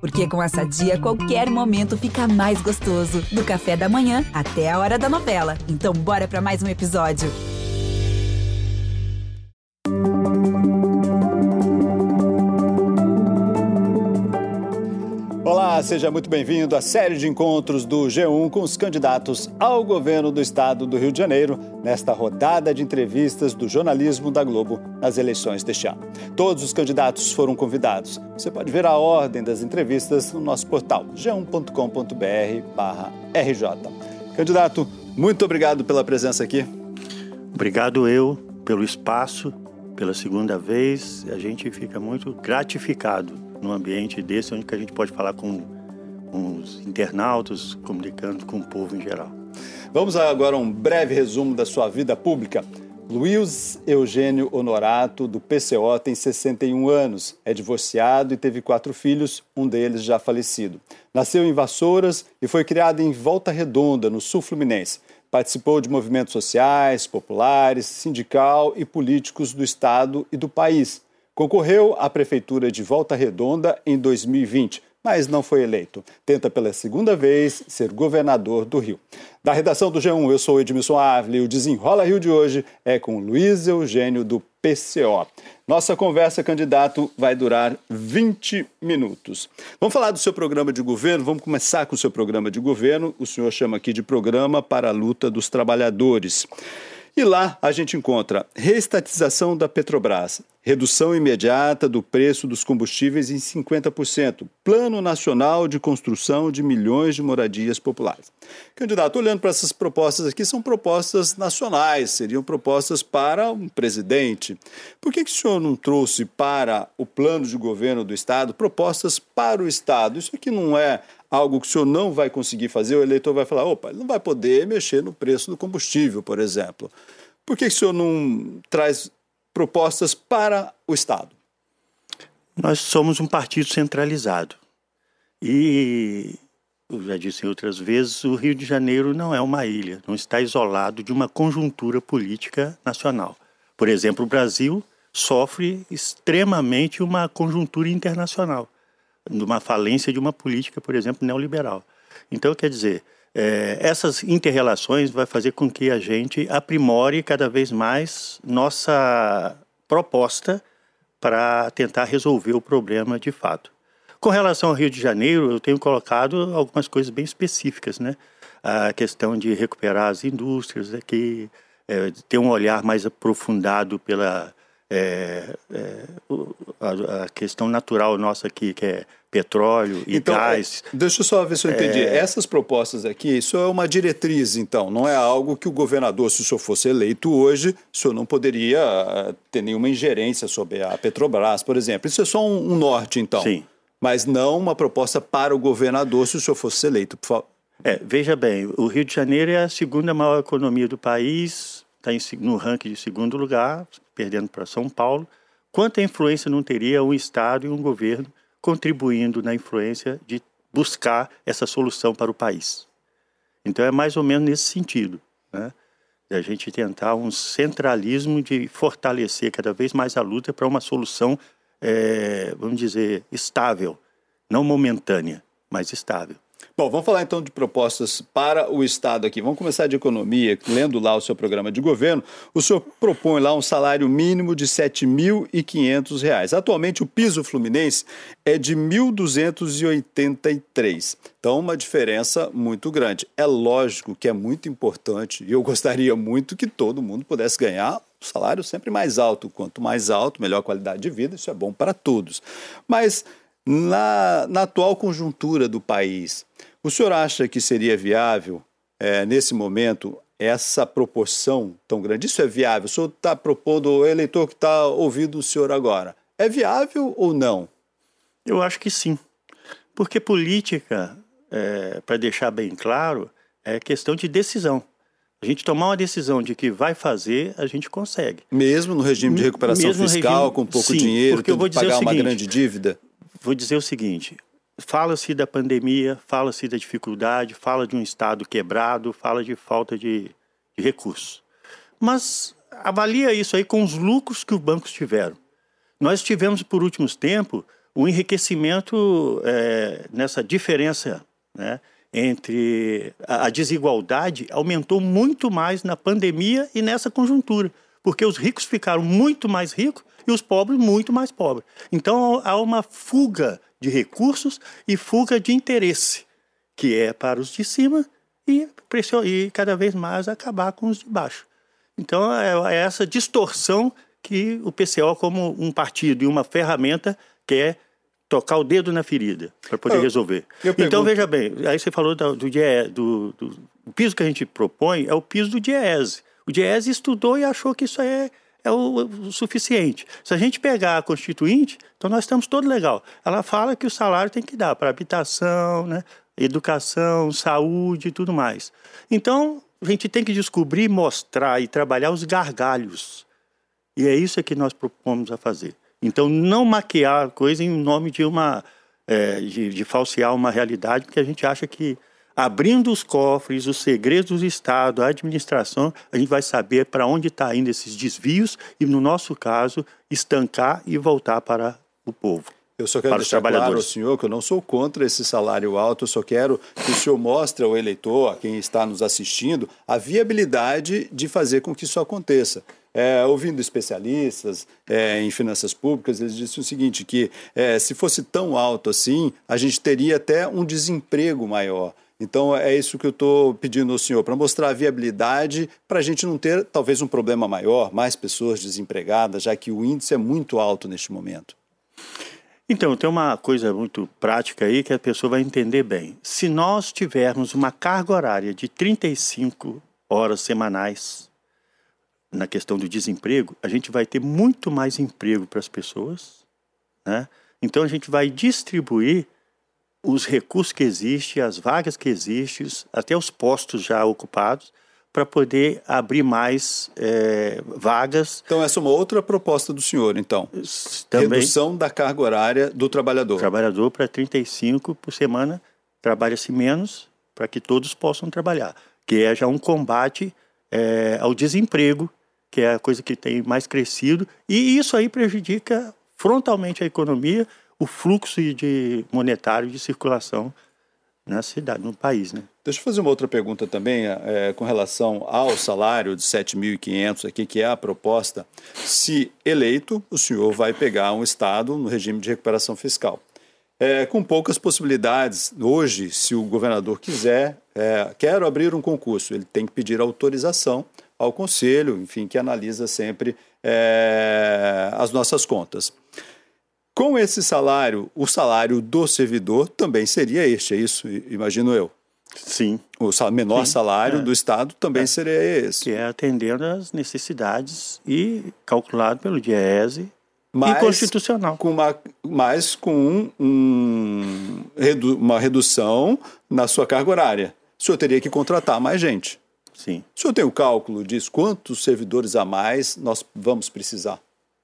Porque com a Sadia, qualquer momento fica mais gostoso. Do café da manhã até a hora da novela. Então bora pra mais um episódio. Olá, seja muito bem-vindo à série de encontros do G1 com os candidatos ao governo do estado do Rio de Janeiro, nesta rodada de entrevistas do jornalismo da Globo nas eleições deste ano. Todos os candidatos foram convidados. Você pode ver a ordem das entrevistas no nosso portal g1.com.br/RJ. Candidato, muito obrigado pela presença aqui. Obrigado eu pelo espaço, pela segunda vez. A gente fica muito gratificado num ambiente desse, onde a gente pode falar com os internautas, comunicando com o povo em geral. Vamos agora a um breve resumo da sua vida pública. Luiz Eugênio Honorato, do PCO, tem 61 anos, é divorciado e teve 4 filhos, um deles já falecido. Nasceu em Vassouras e foi criado em Volta Redonda, no sul fluminense. Participou de movimentos sociais, populares, sindical e políticos do estado e do país. Concorreu à Prefeitura de Volta Redonda em 2020, mas não foi eleito. Tenta pela segunda vez ser governador do Rio. Da redação do G1, eu sou Edmilson Ávila e o Desenrola Rio de hoje é com Luiz Eugênio do PCO. Nossa conversa, candidato, vai durar 20 minutos. Vamos falar do seu programa de governo, vamos começar com o seu programa de governo. O senhor chama aqui de Programa para a Luta dos Trabalhadores. E lá a gente encontra reestatização da Petrobras, redução imediata do preço dos combustíveis em 50%, Plano Nacional de Construção de Milhões de Moradias Populares. Candidato, olhando para essas propostas aqui, são propostas nacionais, seriam propostas para um presidente. Por que o senhor não trouxe para o plano de governo do Estado propostas para o Estado? Isso aqui não é algo que o senhor não vai conseguir fazer, o eleitor vai falar, opa, ele não vai poder mexer no preço do combustível, por exemplo. Por que o senhor não traz propostas para o Estado? Nós somos um partido centralizado. E, eu já disse outras vezes, o Rio de Janeiro não é uma ilha, não está isolado de uma conjuntura política nacional. Por exemplo, o Brasil sofre extremamente uma conjuntura internacional, de uma falência de uma política, por exemplo, neoliberal. Então, quer dizer, essas inter-relações vai fazer com que a gente aprimore cada vez mais nossa proposta para tentar resolver o problema de fato. Com relação ao Rio de Janeiro, eu tenho colocado algumas coisas bem específicas, né? A questão de recuperar as indústrias aqui, ter um olhar mais aprofundado pela a questão natural nossa aqui, que é petróleo e então, gás. Deixa eu só ver se eu entendi. Essas propostas aqui, isso é uma diretriz, então, não é algo que o governador, se o senhor fosse eleito hoje, o senhor não poderia ter nenhuma ingerência sobre a Petrobras, por exemplo. Isso é só um norte, então. Sim. Mas não uma proposta para o governador, se o senhor fosse eleito, por favor. Veja bem, o Rio de Janeiro é a segunda maior economia do país, está no ranking de segundo lugar, perdendo para São Paulo. Quanta influência não teria um Estado e um governo contribuindo na influência de buscar essa solução para o país? Então é mais ou menos nesse sentido, né? De a gente tentar um centralismo de fortalecer cada vez mais a luta para uma solução, vamos dizer, estável, não momentânea, mas estável. Bom, vamos falar então de propostas para o Estado aqui. Vamos começar de economia, lendo lá o seu programa de governo. O senhor propõe lá um salário mínimo de R$ 7.500. Atualmente o piso fluminense é de R$ 1.283. Então uma diferença muito grande. É lógico que é muito importante e eu gostaria muito que todo mundo pudesse ganhar um salário sempre mais alto. Quanto mais alto, melhor qualidade de vida, isso é bom para todos. Mas na atual conjuntura do país, o senhor acha que seria viável, nesse momento, essa proporção tão grande? Isso é viável? O senhor está propondo, o eleitor que está ouvindo o senhor agora, é viável ou não? Eu acho que sim. Porque política, para deixar bem claro, é questão de decisão. A gente tomar uma decisão de que vai fazer, a gente consegue. Mesmo no regime de recuperação fiscal, com pouco dinheiro, tendo que pagar uma grande dívida? Vou dizer o seguinte, fala-se da pandemia, fala-se da dificuldade, fala de um Estado quebrado, fala de falta de recursos. Mas avalia isso aí com os lucros que os bancos tiveram. Nós tivemos, por últimos tempos, o enriquecimento nessa diferença, né, entre a desigualdade aumentou muito mais na pandemia e nessa conjuntura, porque os ricos ficaram muito mais ricos e os pobres muito mais pobres. Então há uma fuga de recursos e fuga de interesse, que é para os de cima e cada vez mais acabar com os de baixo. Então é essa distorção que o PCO, como um partido e uma ferramenta, quer tocar o dedo na ferida para poder resolver. Então, veja bem, aí você falou do piso que a gente propõe é o piso do DIEESE. O DIEESE estudou e achou que isso é o suficiente. Se a gente pegar a Constituinte, então nós estamos todo legal. Ela fala que o salário tem que dar para habitação, né, educação, saúde e tudo mais. Então, a gente tem que descobrir, mostrar e trabalhar os gargalhos. E é isso que nós propomos a fazer. Então, não maquiar a coisa em nome de de falsear uma realidade, porque a gente acha que, abrindo os cofres, os segredos do Estado, a administração, a gente vai saber para onde está indo esses desvios e, no nosso caso, estancar e voltar para o povo. Eu só quero deixar claro ao senhor que eu não sou contra esse salário alto, eu só quero que o senhor mostre ao eleitor, a quem está nos assistindo, a viabilidade de fazer com que isso aconteça. Ouvindo especialistas em finanças públicas, eles disseram o seguinte, que se fosse tão alto assim, a gente teria até um desemprego maior. Então, é isso que eu estou pedindo ao senhor, para mostrar a viabilidade, para a gente não ter talvez um problema maior, mais pessoas desempregadas, já que o índice é muito alto neste momento. Então, tem uma coisa muito prática aí que a pessoa vai entender bem. Se nós tivermos uma carga horária de 35 horas semanais na questão do desemprego, a gente vai ter muito mais emprego para as pessoas, né? Então, a gente vai distribuir os recursos que existem, as vagas que existem, até os postos já ocupados, para poder abrir mais vagas. Então, essa é uma outra proposta do senhor, então. Também, redução da carga horária do trabalhador. O trabalhador para 35 por semana, trabalha-se menos para que todos possam trabalhar, que é já um combate ao desemprego, que é a coisa que tem mais crescido, e isso aí prejudica frontalmente a economia, o fluxo monetário de circulação na cidade, no país, né? Deixa eu fazer uma outra pergunta também com relação ao salário de 7.500 aqui, que é a proposta. Se eleito, o senhor vai pegar um estado no regime de recuperação fiscal. Com poucas possibilidades, hoje, se o governador quiser, quero abrir um concurso, ele tem que pedir autorização ao conselho, enfim, que analisa sempre as nossas contas. Com esse salário, o salário do servidor também seria este, é isso? Imagino eu. Sim. O menor salário do Estado também seria esse. Que é atendendo às necessidades e calculado pelo DIEESE e constitucional. Mas com uma redução na sua carga horária. O senhor teria que contratar mais gente. Sim. O senhor tem o cálculo disso? Quantos servidores a mais nós vamos precisar?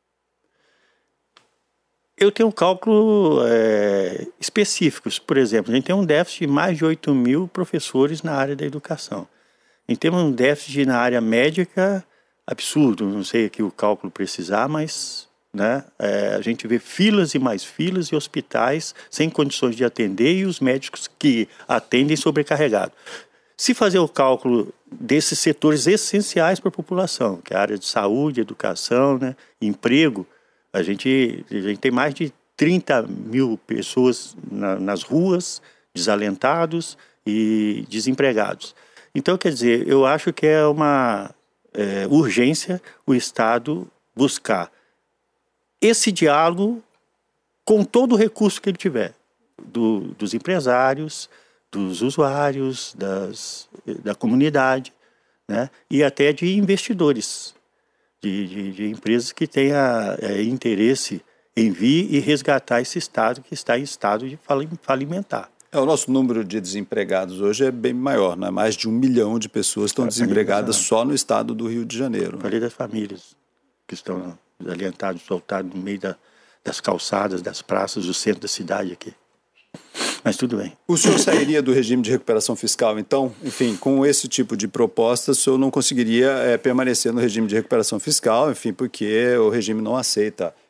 Eu tenho um cálculo específicos. Por exemplo, a gente tem um déficit de mais de 8.000 professores na área da educação. A gente tem um déficit na área médica absurdo, não sei aqui o cálculo precisar, mas né, a gente vê filas e mais filas e hospitais sem condições de atender e os médicos que atendem sobrecarregados. Se fazer o cálculo desses setores essenciais para a população, que é a área de saúde, educação, né, emprego, a gente tem mais de 30.000 pessoas nas ruas, desalentados e desempregados. Então, quer dizer, eu acho que é uma urgência o Estado buscar esse diálogo com todo o recurso que ele tiver, dos empresários, dos usuários, da comunidade, né, e até de investidores. De empresas que tenham interesse em vir e resgatar esse Estado que está em estado de falimentar. O nosso número de desempregados hoje é bem maior, né? Mais de 1 milhão de pessoas estão desempregadas só no estado do Rio de Janeiro. Falei das famílias que estão desalentadas, soltadas no meio das calçadas, das praças, do centro da cidade aqui. Mas tudo bem. O senhor sairia do regime de recuperação fiscal, então? Enfim, com esse tipo de proposta, o senhor não conseguiria permanecer no regime de recuperação fiscal, enfim, porque o regime não aceita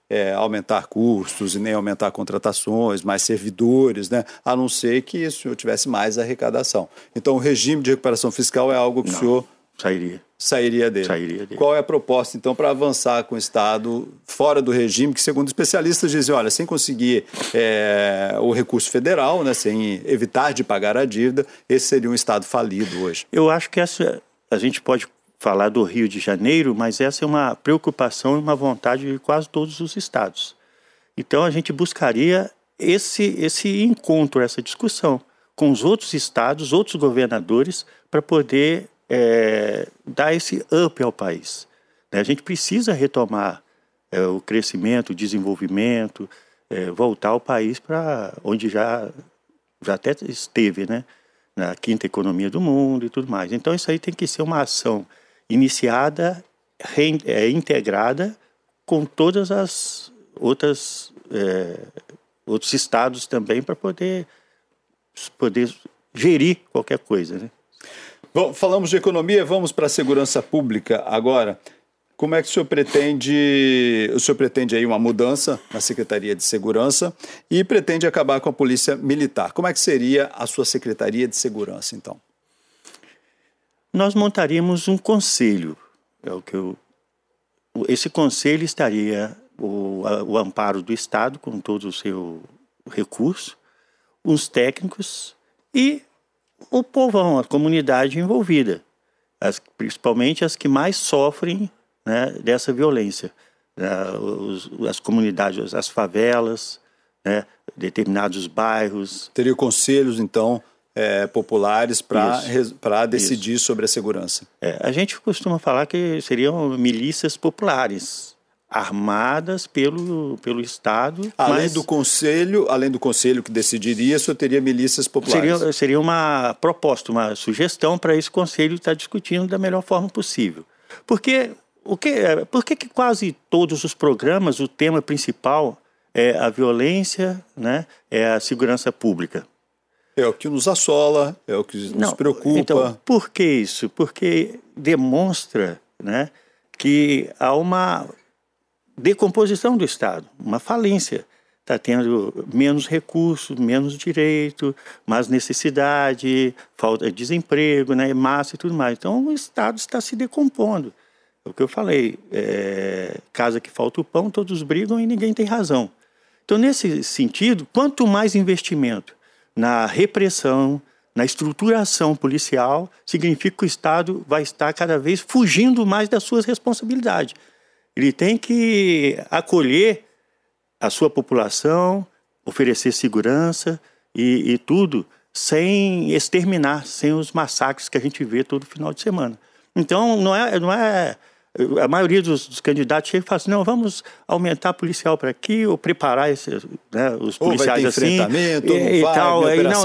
aumentar custos e nem aumentar contratações, mais servidores, né? A não ser que o senhor tivesse mais arrecadação. Então, o regime de recuperação fiscal é algo que o senhor sairia dele. Qual é a proposta, então, para avançar com o Estado fora do regime, que, segundo especialistas, dizem, olha, sem conseguir o recurso federal, né, sem evitar de pagar a dívida, esse seria um Estado falido hoje? Eu acho que a gente pode falar do Rio de Janeiro, mas essa é uma preocupação e uma vontade de quase todos os estados. Então, a gente buscaria esse encontro, essa discussão com os outros estados, outros governadores, para poder dar esse up ao país. A gente precisa retomar o crescimento, o desenvolvimento, voltar o país para onde já até esteve, né? Na quinta economia do mundo e tudo mais. Então, isso aí tem que ser uma ação iniciada, integrada com todas as outros estados também, para poder gerir qualquer coisa, né? Bom, falamos de economia, vamos para a segurança pública agora. Como é que o senhor pretende aí uma mudança na Secretaria de Segurança e pretende acabar com a Polícia Militar? Como é que seria a sua Secretaria de Segurança, então? Nós montaríamos um conselho. Esse conselho estaria o amparo do Estado com todo o seu recurso, os técnicos e o povão, a comunidade envolvida, principalmente as que mais sofrem, né, dessa violência, as comunidades, as favelas, né, determinados bairros. Teria conselhos, então, populares para decidir sobre a segurança. A gente costuma falar que seriam milícias populares, armadas pelo Estado. Além do conselho que decidiria, só teria milícias populares. Seria uma proposta, uma sugestão para esse conselho estar discutindo da melhor forma possível. Por que quase todos os programas, o tema principal é a violência, né, é a segurança pública? É o que nos assola, é o que nos preocupa. Então, por que isso? Porque demonstra, né, que há uma decomposição do Estado, uma falência. Está tendo menos recursos, menos direito, mais necessidade, falta de desemprego, né, massa e tudo mais. Então, o Estado está se decompondo. É o que eu falei, casa que falta o pão, todos brigam e ninguém tem razão. Então, nesse sentido, quanto mais investimento na repressão, na estruturação policial, significa que o Estado vai estar cada vez fugindo mais das suas responsabilidades. Ele tem que acolher a sua população, oferecer segurança e tudo, sem exterminar, sem os massacres que a gente vê todo final de semana. Então, não é a maioria dos candidatos chega e fala assim, não, vamos aumentar policial para aqui, ou preparar os policiais assim, e tal,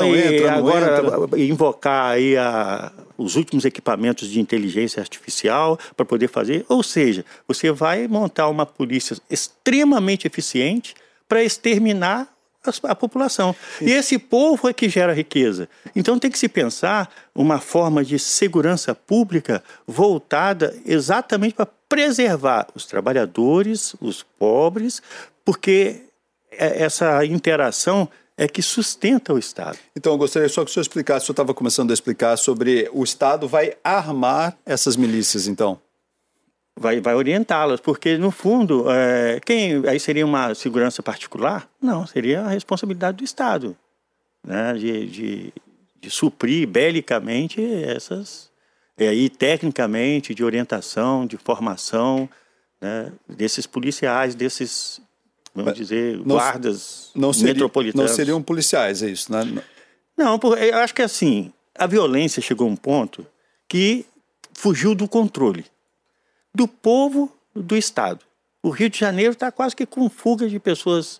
agora invocar aí os últimos equipamentos de inteligência artificial para poder fazer, ou seja, você vai montar uma polícia extremamente eficiente para exterminar a população. E esse povo é que gera riqueza. Então tem que se pensar uma forma de segurança pública voltada exatamente para preservar os trabalhadores, os pobres, porque essa interação é que sustenta o Estado. Então, eu gostaria só que o senhor explicasse, o senhor estava começando a explicar sobre o Estado vai armar essas milícias, então? Vai orientá-las, porque, no fundo, aí seria uma segurança particular? Não, seria a responsabilidade do Estado, né, de suprir belicamente essas, e tecnicamente, de orientação, de formação, né, desses policiais, desses, vamos dizer, guardas metropolitanos. Não seriam policiais, é isso, né? Não, eu acho que assim, a violência chegou a um ponto que fugiu do controle do povo, do Estado. O Rio de Janeiro está quase que com fuga de pessoas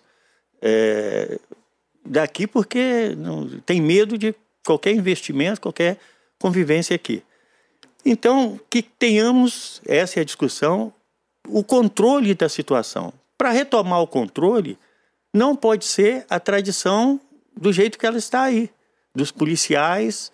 daqui, porque não, tem medo de qualquer investimento, qualquer convivência aqui. Então, que tenhamos, essa é a discussão, o controle da situação. Para retomar o controle, não pode ser a tradição do jeito que ela está aí, dos policiais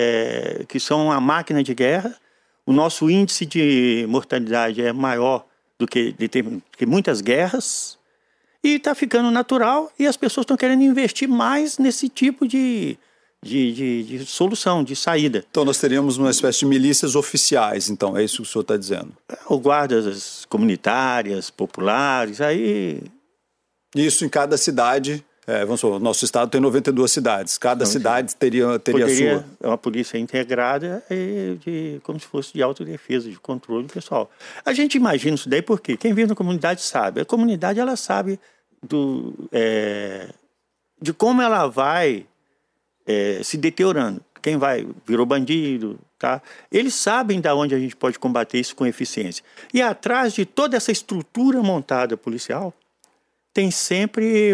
que são a máquina de guerra. O nosso índice de mortalidade é maior do que muitas guerras, e está ficando natural, e as pessoas estão querendo investir mais nesse tipo de solução, de saída. Então nós teríamos uma espécie de milícias oficiais, então, é isso que o senhor está dizendo? Ou guardas comunitárias, populares, aí... Isso em cada cidade, vamos supor, nosso estado tem 92 cidades, cada cidade teria a sua. É uma polícia integrada, como se fosse de autodefesa, de controle pessoal. A gente imagina isso daí porque quem vive na comunidade sabe. A comunidade, ela sabe de como ela vai se deteriorando. Quem virou bandido, tá? Eles sabem de onde a gente pode combater isso com eficiência. E atrás de toda essa estrutura montada policial, tem sempre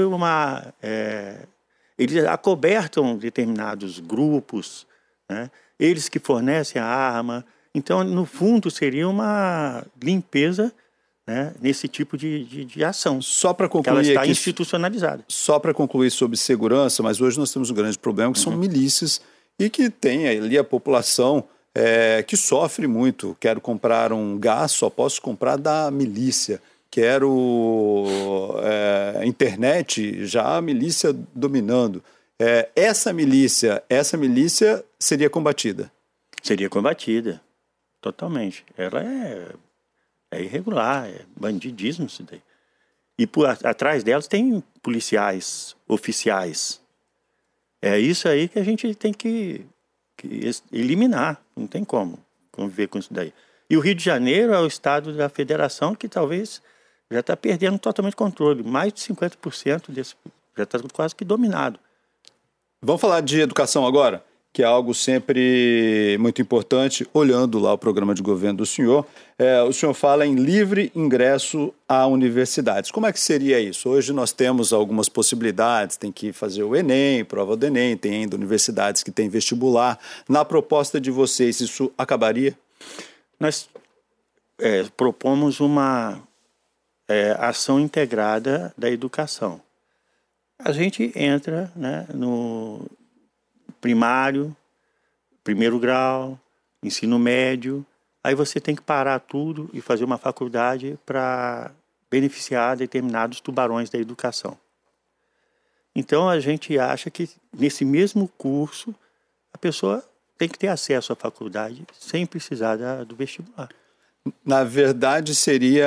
eles acobertam determinados grupos, né? Eles que fornecem a arma. Então, no fundo, seria uma limpeza, né, nesse tipo de ação. Só para concluir, ela está institucionalizada. Só para concluir sobre segurança, mas hoje nós temos um grande problema, que são milícias e que tem ali a população que sofre muito. Quero comprar um gás, só posso comprar da milícia. Quero internet, já a milícia dominando. Essa milícia seria combatida? Seria combatida, totalmente. Ela é irregular, é bandidismo isso daí. E atrás delas tem policiais oficiais. É isso aí que a gente tem que eliminar, não tem como conviver com isso daí. E o Rio de Janeiro é o estado da federação que talvez já está perdendo totalmente o controle. Mais de 50% desse já está quase que dominado. Vamos falar de educação agora, que é algo sempre muito importante, olhando lá o programa de governo do senhor. O senhor fala em livre ingresso a universidades. Como é que seria isso? Hoje nós temos algumas possibilidades, tem que fazer o Enem, prova do Enem, tem ainda universidades que têm vestibular. Na proposta de vocês, isso acabaria? Nós propomos uma ação integrada da educação. A gente entra, né, no primário, primeiro grau, ensino médio, aí você tem que parar tudo e fazer uma faculdade para beneficiar determinados tubarões da educação. Então a gente acha que nesse mesmo curso a pessoa tem que ter acesso à faculdade sem precisar do vestibular. Na verdade seria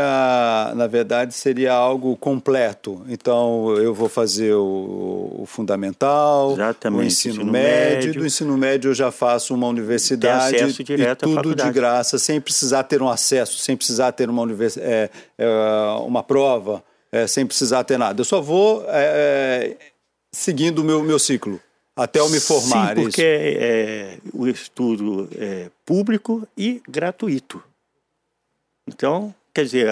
algo completo. Então eu vou fazer o fundamental, exatamente, o ensino médio. Do ensino médio eu já faço uma universidade, acesso direto e tudo de graça, sem precisar ter um acesso, sem precisar ter uma prova, sem precisar ter nada. Eu só vou seguindo o meu ciclo até eu me formar. Sim, porque o estudo é público e gratuito. Então, quer dizer,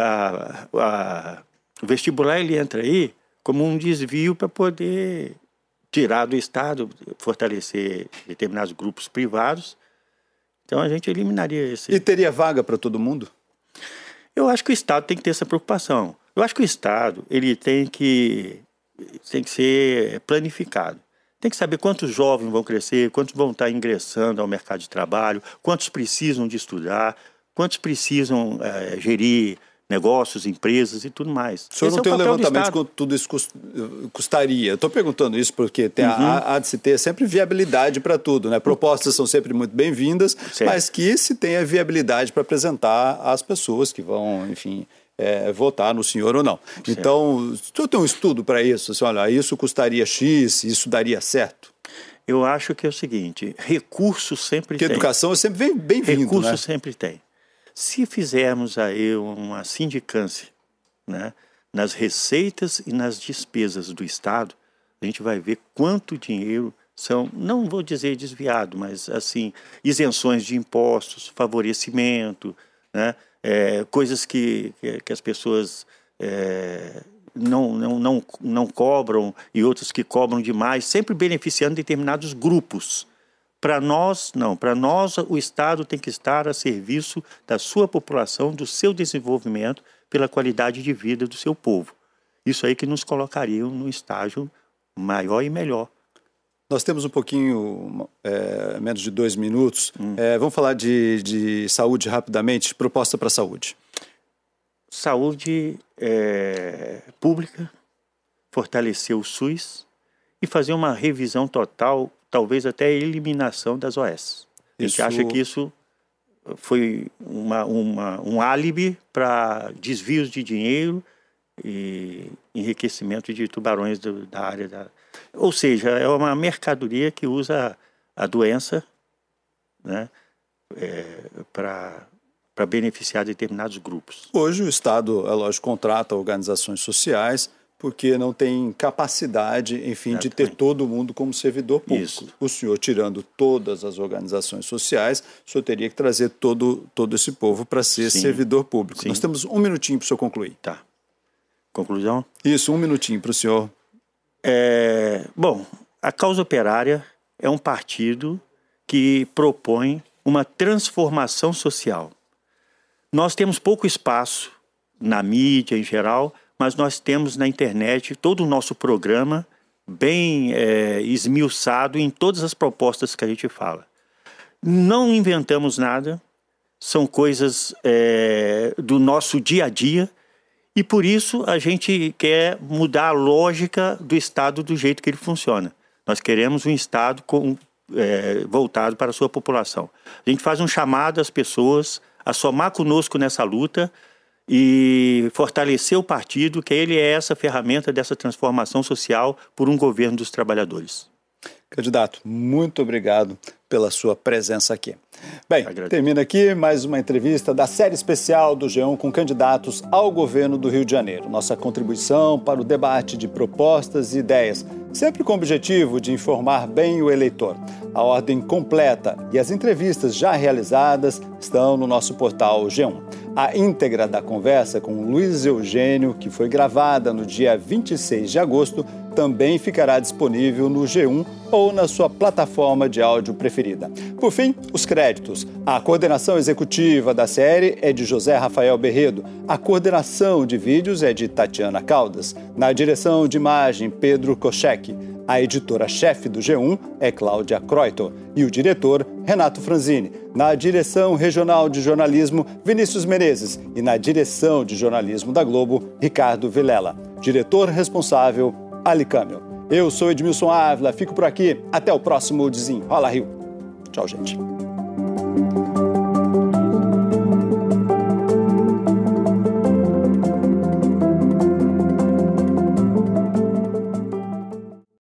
o vestibular ele entra aí como um desvio para poder tirar do Estado, fortalecer determinados grupos privados. Então a gente eliminaria esse... E teria vaga para todo mundo? Eu acho que o Estado tem que ter essa preocupação. Eu acho que o Estado ele tem que ser planificado. Tem que saber quantos jovens vão crescer, quantos vão estar ingressando ao mercado de trabalho, quantos precisam de estudar, quantos precisam gerir negócios, empresas e tudo mais. O senhor não tem um levantamento de quanto tudo isso custaria? Eu estou perguntando isso porque há de se ter sempre viabilidade para tudo, né? Propostas são sempre muito bem-vindas, mas que se tenha viabilidade para apresentar às pessoas que vão, enfim, votar no senhor ou não. Certo. Então, o senhor tem um estudo para isso? Assim, olha, isso custaria X, isso daria certo? Eu acho que é o seguinte, recursos sempre tem. Porque educação é sempre bem-vindo, recursos, né? Sempre tem. Se fizermos aí uma sindicância, né, nas receitas e nas despesas do Estado, a gente vai ver quanto dinheiro são, não vou dizer desviado, mas assim, isenções de impostos, favorecimento, né, coisas que as pessoas não cobram e outras que cobram demais, sempre beneficiando determinados grupos. Para nós, não. Para nós, o Estado tem que estar a serviço da sua população, do seu desenvolvimento, pela qualidade de vida do seu povo. Isso aí que nos colocaria num estágio maior e melhor. Nós temos um pouquinho, menos de 2 minutos. Vamos falar de saúde rapidamente. Proposta para a saúde. saúde pública, fortalecer o SUS e fazer uma revisão total, talvez até a eliminação das OS. A gente acha que isso foi um álibi para desvios de dinheiro e enriquecimento de tubarões da área Ou seja, é uma mercadoria que usa a doença, né, para beneficiar determinados grupos. Hoje o Estado, é lógico, contrata organizações sociais porque não tem capacidade, enfim, de ter todo mundo como servidor público. Isso. O senhor, tirando todas as organizações sociais, o senhor teria que trazer todo esse povo para ser servidor público. Sim. Nós temos 1 minutinho para o senhor concluir. Tá. Conclusão? Isso, 1 minutinho para o senhor. Bom, a Causa Operária é um partido que propõe uma transformação social. Nós temos pouco espaço na mídia em geral, mas nós temos na internet todo o nosso programa bem esmiuçado em todas as propostas que a gente fala. Não inventamos nada, são coisas do nosso dia a dia, e por isso a gente quer mudar a lógica do Estado do jeito que ele funciona. Nós queremos um Estado voltado para a sua população. A gente faz um chamado às pessoas a somar conosco nessa luta e fortalecer o partido, que ele é essa ferramenta dessa transformação social por um governo dos trabalhadores. Candidato, muito obrigado pela sua presença aqui. Bem, termina aqui mais uma entrevista da série especial do G1 com candidatos ao governo do Rio de Janeiro. Nossa contribuição para o debate de propostas e ideias, sempre com o objetivo de informar bem o eleitor. A ordem completa e as entrevistas já realizadas estão no nosso portal G1. A íntegra da conversa com Luiz Eugênio, que foi gravada no dia 26 de agosto, também ficará disponível no G1 ou na sua plataforma de áudio preferida. Por fim, os créditos. A coordenação executiva da série é de José Rafael Berredo. A coordenação de vídeos é de Tatiana Caldas. Na direção de imagem, Pedro Kochek. A editora-chefe do G1 é Cláudia Croito e o diretor, Renato Franzini. Na direção regional de jornalismo, Vinícius Menezes. E na direção de jornalismo da Globo, Ricardo Vilela. Diretor responsável, Ali Câmio. Eu sou Edmilson Ávila, fico por aqui. Até o próximo Desenrola Rio. Tchau, gente.